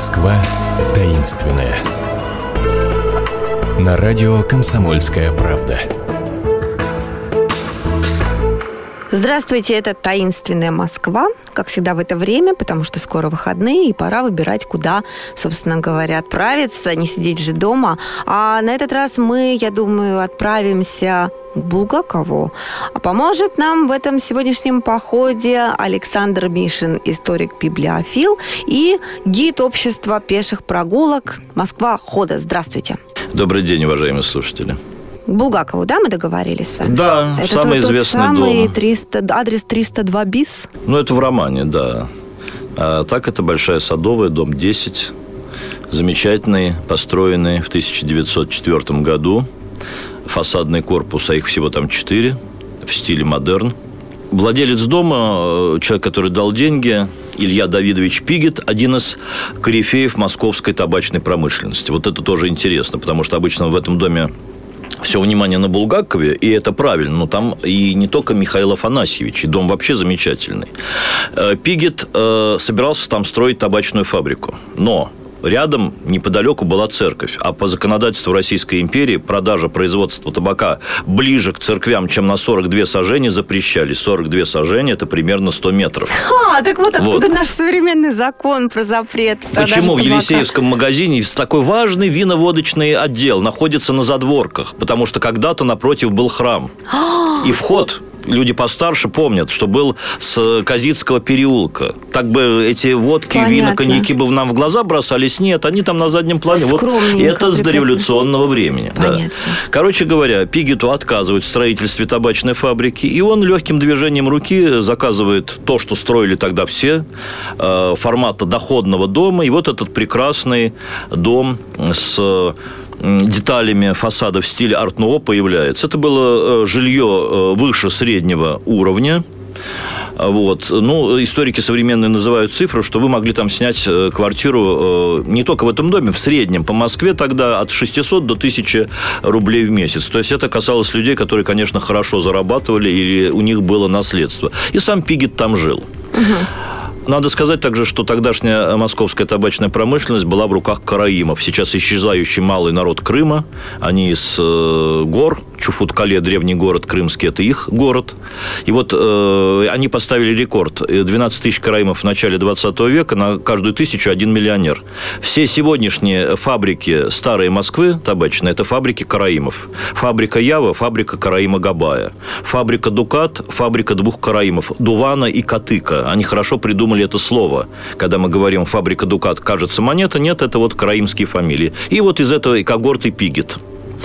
Москва таинственная. На радио «Комсомольская правда». Здравствуйте, это «Таинственная Москва». Как всегда в это время, потому что скоро выходные, и пора выбирать, куда, собственно говоря, отправиться, не сидеть же дома. А на этот раз мы, я думаю, отправимся к Булгакову. А поможет нам в этом сегодняшнем походе Александр Мишин, историк-библиофил, и гид общества пеших прогулок «Москва хода». Здравствуйте. Добрый день, уважаемые слушатели. К Булгакову, да, мы договорились с вами? Да, это самый известный самый дом. Адрес 302 БИС? Ну, это в романе, да. А так это Большая Садовая, дом 10. Замечательный, построенный в 1904 году. Фасадный корпус, а их всего там 4, в стиле модерн. Владелец дома, человек, который дал деньги, Илья Давидович Пигет, один из корифеев московской табачной промышленности. Вот это тоже интересно, потому что обычно в этом доме все внимание на Булгакове, и это правильно, но там и не только Михаил Афанасьевич, и дом вообще замечательный. Пигет собирался там строить табачную фабрику, но рядом, неподалеку, была церковь. А по законодательству Российской империи продажа, производство табака ближе к церквям, чем на 42 сажени, запрещались. 42 сажени – это примерно 100 метров. Так вот откуда наш современный закон про запрет продажи табака. Почему в Елисеевском магазине такой важный виноводочный отдел находится на задворках? Потому что когда-то напротив был храм. И вход... Люди постарше помнят, что был с Казицкого переулка. Так бы эти водки, вина, коньяки бы нам в глаза бросались. Нет, они там на заднем плане. Вот это с дореволюционного времени. Да. Короче говоря, Пигету отказывают в строительстве табачной фабрики, и он легким движением руки заказывает то, что строили тогда все, формата доходного дома. И вот этот прекрасный дом с деталями фасада в стиле арт-нуво появляется. Это было жилье выше среднего уровня. Вот. Ну, историки современные называют цифру, что вы могли там снять квартиру не только в этом доме, в среднем по Москве тогда от 600 до 1000 рублей в месяц. То есть это касалось людей, которые, конечно, хорошо зарабатывали или у них было наследство. И сам Пигет там жил. Надо сказать также, что тогдашняя московская табачная промышленность была в руках караимов. Сейчас исчезающий малый народ Крыма. Они из гор. Чуфуткале, древний город крымский, это их город. И вот они поставили рекорд. 12 тысяч караимов в начале 20 века, на каждую 1000 один миллионер. Все сегодняшние фабрики старой Москвы табачные, это фабрики караимов. Фабрика Ява, фабрика караима Габая. Фабрика Дукат, фабрика 2 караимов. Дувана и Катыка. Они хорошо придумали это слово. Когда мы говорим «фабрика Дукат», кажется, монета. Нет, это вот караимские фамилии. И вот из этого когорты Пигет.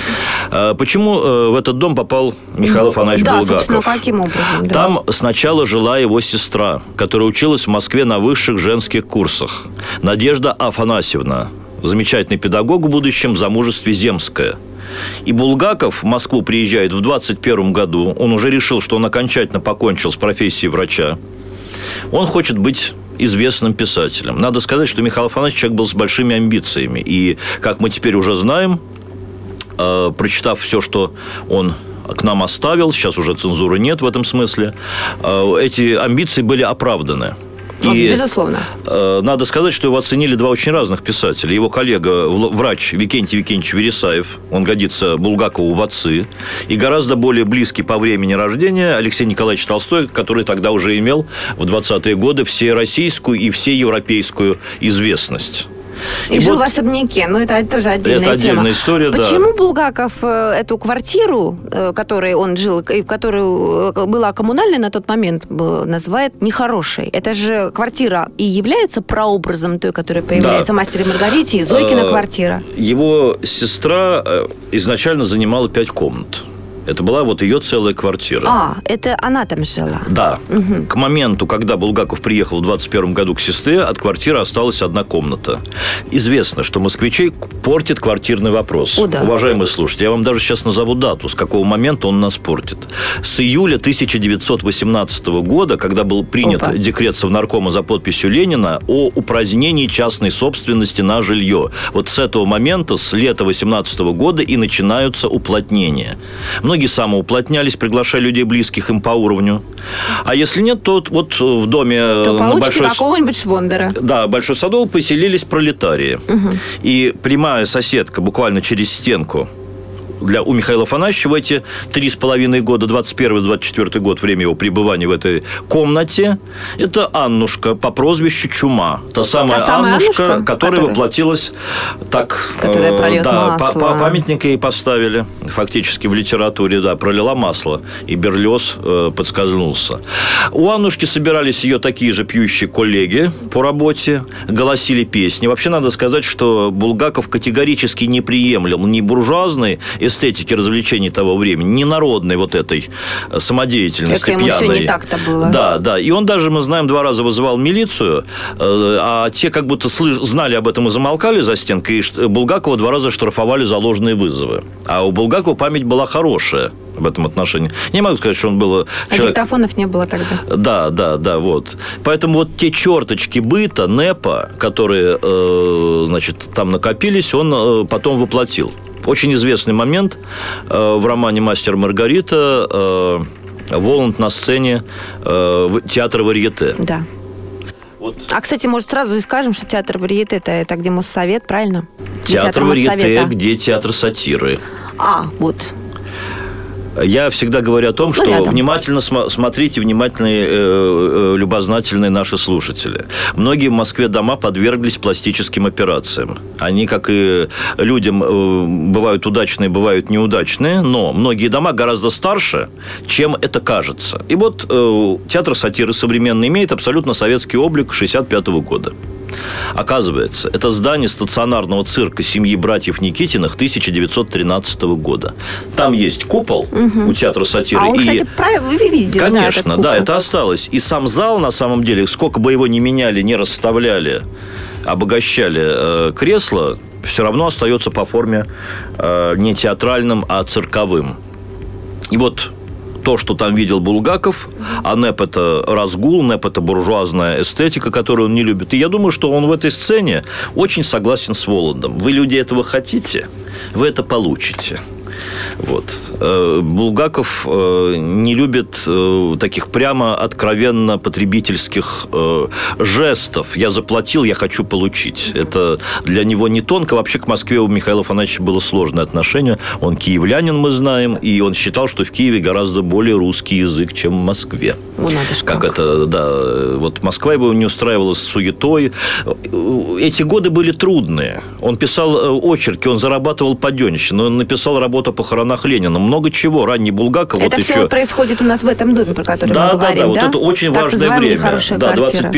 Почему в этот дом попал Михаил Афанасьевич Булгаков? Да, собственно, каким образом? Да. Там сначала жила его сестра, которая училась в Москве на высших женских курсах. Надежда Афанасьевна, замечательный педагог в будущем, в замужестве земская. И Булгаков в Москву приезжает в 21 году. Он уже решил, что он окончательно покончил с профессией врача. Он хочет быть известным писателем. Надо сказать, что Михаил Афанасьевич человек был с большими амбициями. И, как мы теперь уже знаем, прочитав все, что он к нам оставил, сейчас уже цензуры нет в этом смысле, эти амбиции были оправданы. И безусловно. Надо сказать, что его оценили 2 очень разных писателя. Его коллега, врач Викентий Викентьевич Вересаев, он годится Булгакову в отцы. И гораздо более близкий по времени рождения Алексей Николаевич Толстой, который тогда уже имел в 20-е годы всероссийскую и всеевропейскую известность. И жил в особняке, но это тоже отдельная тема. Это отдельная история, Почему Булгаков эту квартиру, в которой он жил, и которая была коммунальной на тот момент, называет нехорошей? Это же квартира и является прообразом той, которая появляется в «Мастере и Маргарите», и Зойкина квартира. Его сестра изначально занимала 5 комнат. Это была вот ее целая квартира. Это она там жила? Да. Угу. К моменту, когда Булгаков приехал в 21 году к сестре, от квартиры осталась 1 комната. Известно, что москвичей портит квартирный вопрос. Да. Уважаемые слушатели, я вам даже сейчас назову дату, с какого момента он нас портит. С июля 1918 года, когда был принят декрет Совнаркома за подписью Ленина о упразднении частной собственности на жилье. Вот с этого момента, с лета 18 года и начинаются уплотнения. Многие Многие самоуплотнялись, приглашая людей, близких им по уровню. А если нет, то вот в доме... То получите какого-нибудь Швондера. Да, Большой Садовой поселились пролетарии. Угу. И прямая соседка буквально через стенку у Михаила Афанасьевича в эти 3,5 года, 21-24 год, время его пребывания в этой комнате, это Аннушка по прозвищу Чума. Та самая Аннушка, которая воплотилась так... Которая прольет масло. Памятник ей поставили, фактически в литературе, да, пролила масло, и Берлиоз подскользнулся. У Аннушки собирались ее такие же пьющие коллеги по работе, голосили песни. Вообще, надо сказать, что Булгаков категорически не приемлем ни буржуазной эстетики развлечений того времени, не народной вот этой самодеятельности пьяной. Ему все не так-то было. Да, да. И он даже, мы знаем, 2 раза вызывал милицию, а те как будто знали об этом и замолкали за стенкой, и Булгакова 2 раза штрафовали за ложные вызовы. А у Булгакова память была хорошая в этом отношении. Не могу сказать, что он был человек... А диктофонов не было тогда. Да, вот. Поэтому вот те черточки быта, НЭПа, которые, значит, там накопились, он потом воплотил. Очень известный момент в романе «Мастер и Маргарита» Воланд на сцене театра Варьете. Да. Вот. А, кстати, может, сразу и скажем, что театр Варьете – это где Моссовет, правильно? Театр Варьете, где театр сатиры. Вот. Я всегда говорю о том, что рядом. Внимательно смотрите, внимательные, любознательные наши слушатели. Многие в Москве дома подверглись пластическим операциям. Они, как и людям, бывают удачные, бывают неудачные, но многие дома гораздо старше, чем это кажется. И вот театр сатиры современный имеет абсолютно советский облик 1965 года. Оказывается, это здание стационарного цирка семьи братьев Никитиных 1913 года. Там есть купол у театра сатиры. А он, кстати, вы видели, конечно, да, это осталось. И сам зал, на самом деле, сколько бы его ни меняли, ни расставляли, обогащали кресла, все равно остается по форме не театральным, а цирковым. И вот то, что там видел Булгаков, а НЭП – это разгул, НЭП – это буржуазная эстетика, которую он не любит. И я думаю, что он в этой сцене очень согласен с Воландом. Вы, люди, этого хотите, вы это получите. Вот. Булгаков не любит таких прямо откровенно потребительских жестов. Я заплатил, я хочу получить. Это для него не тонко. Вообще к Москве у Михаила Афанасьевича было сложное отношение. Он киевлянин, мы знаем, и он считал, что в Киеве гораздо более русский язык, чем в Москве. Как это, да. Вот Москва его не устраивала с суетой. Эти годы были трудные. Он писал очерки, он зарабатывал паденщину, он написал работу о похоронах Ленина. Много чего. Ранний Булгаков. Это вот все еще... происходит у нас в этом доме, про который мы говорим, да? Вот это очень так важное время. Да,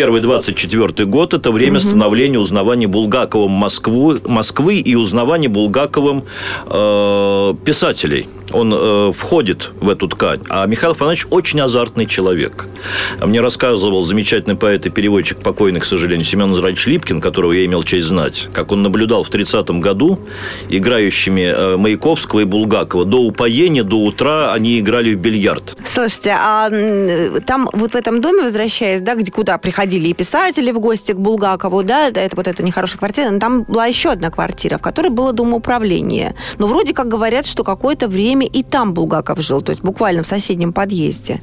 21-24 год – это время становления, узнавания Булгаковым Москвы и узнавания Булгаковым писателей. Он входит в эту ткань. А Михаил Афанасьевич очень азартный человек. Мне рассказывал замечательный поэт и переводчик, покойный, к сожалению, Семен Израилевич Липкин, которого я имел честь знать, как он наблюдал в 30-м году играющими Маяковского и Булгакова. До упоения, до утра они играли в бильярд. Слушайте, а там вот в этом доме, возвращаясь, да, куда приходили и писатели в гости к Булгакову, да, это вот эта нехорошая квартира, но там была еще одна квартира, в которой было домоуправление. Но вроде как говорят, что какое-то время и там Булгаков жил, то есть буквально в соседнем подъезде.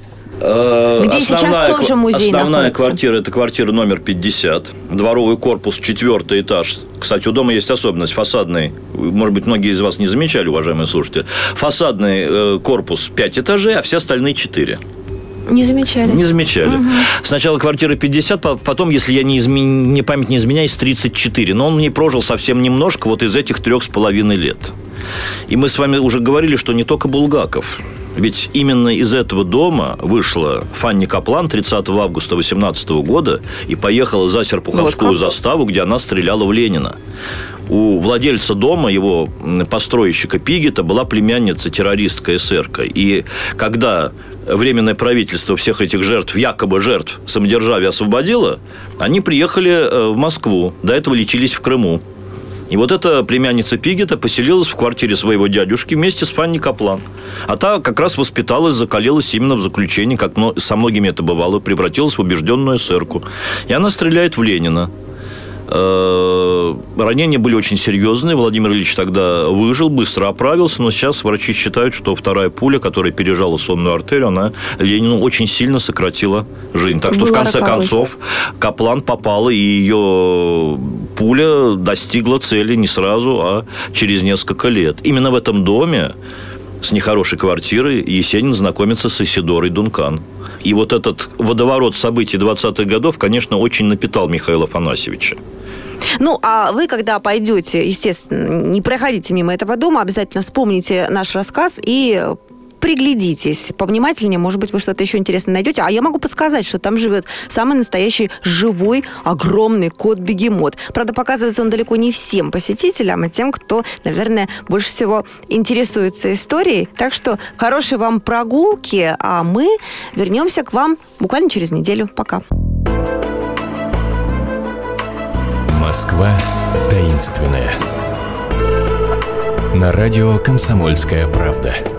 Где сейчас тоже музей Основная находится. Квартира – это квартира номер 50. Дворовый корпус, 4-й этаж. Кстати, у дома есть особенность фасадный. Может быть, многие из вас не замечали, уважаемые слушатели. Фасадный корпус 5 этажей, а все остальные 4. Не замечали. Угу. Сначала квартира 50, потом, если я мне память не изменяет, 34. Но он не прожил совсем немножко вот из этих 3,5 лет. И мы с вами уже говорили, что не только Булгаков. Ведь именно из этого дома вышла Фанни Каплан 30 августа 18 года и поехала за Серпуховскую заставу, где она стреляла в Ленина. У владельца дома, его постройщика Пигета, была племянница-террористка эсерка. И когда Временное правительство всех этих жертв, якобы жертв самодержавия освободило, они приехали в Москву. До этого лечились в Крыму. И вот эта племянница Пигета поселилась в квартире своего дядюшки вместе с Фанни Каплан. А та как раз воспиталась, закалилась именно в заключении, как со многими это бывало, превратилась в убежденную эсерку. И она стреляет в Ленина. Ранения были очень серьезные. Владимир Ильич тогда выжил, быстро оправился, но сейчас врачи считают, что вторая пуля, которая пережала сонную артерию, она Ленину очень сильно сократила жизнь. Так что, в конце концов, Каплан попала, и ее пуля достигла цели не сразу, а через несколько лет. Именно в этом доме, с нехорошей квартирой, Есенин знакомится с Исидорой Дункан. И вот этот водоворот событий 20-х годов, конечно, очень напитал Михаила Афанасьевича. Ну, а вы, когда пойдете, естественно, не проходите мимо этого дома, обязательно вспомните наш рассказ и приглядитесь повнимательнее, может быть, вы что-то еще интересное найдете. А я могу подсказать, что там живет самый настоящий живой, огромный кот-бегемот. Правда, показывается он далеко не всем посетителям, а тем, кто, наверное, больше всего интересуется историей. Так что хорошей вам прогулки, а мы вернемся к вам буквально через неделю. Пока. Москва таинственная. На радио «Комсомольская правда».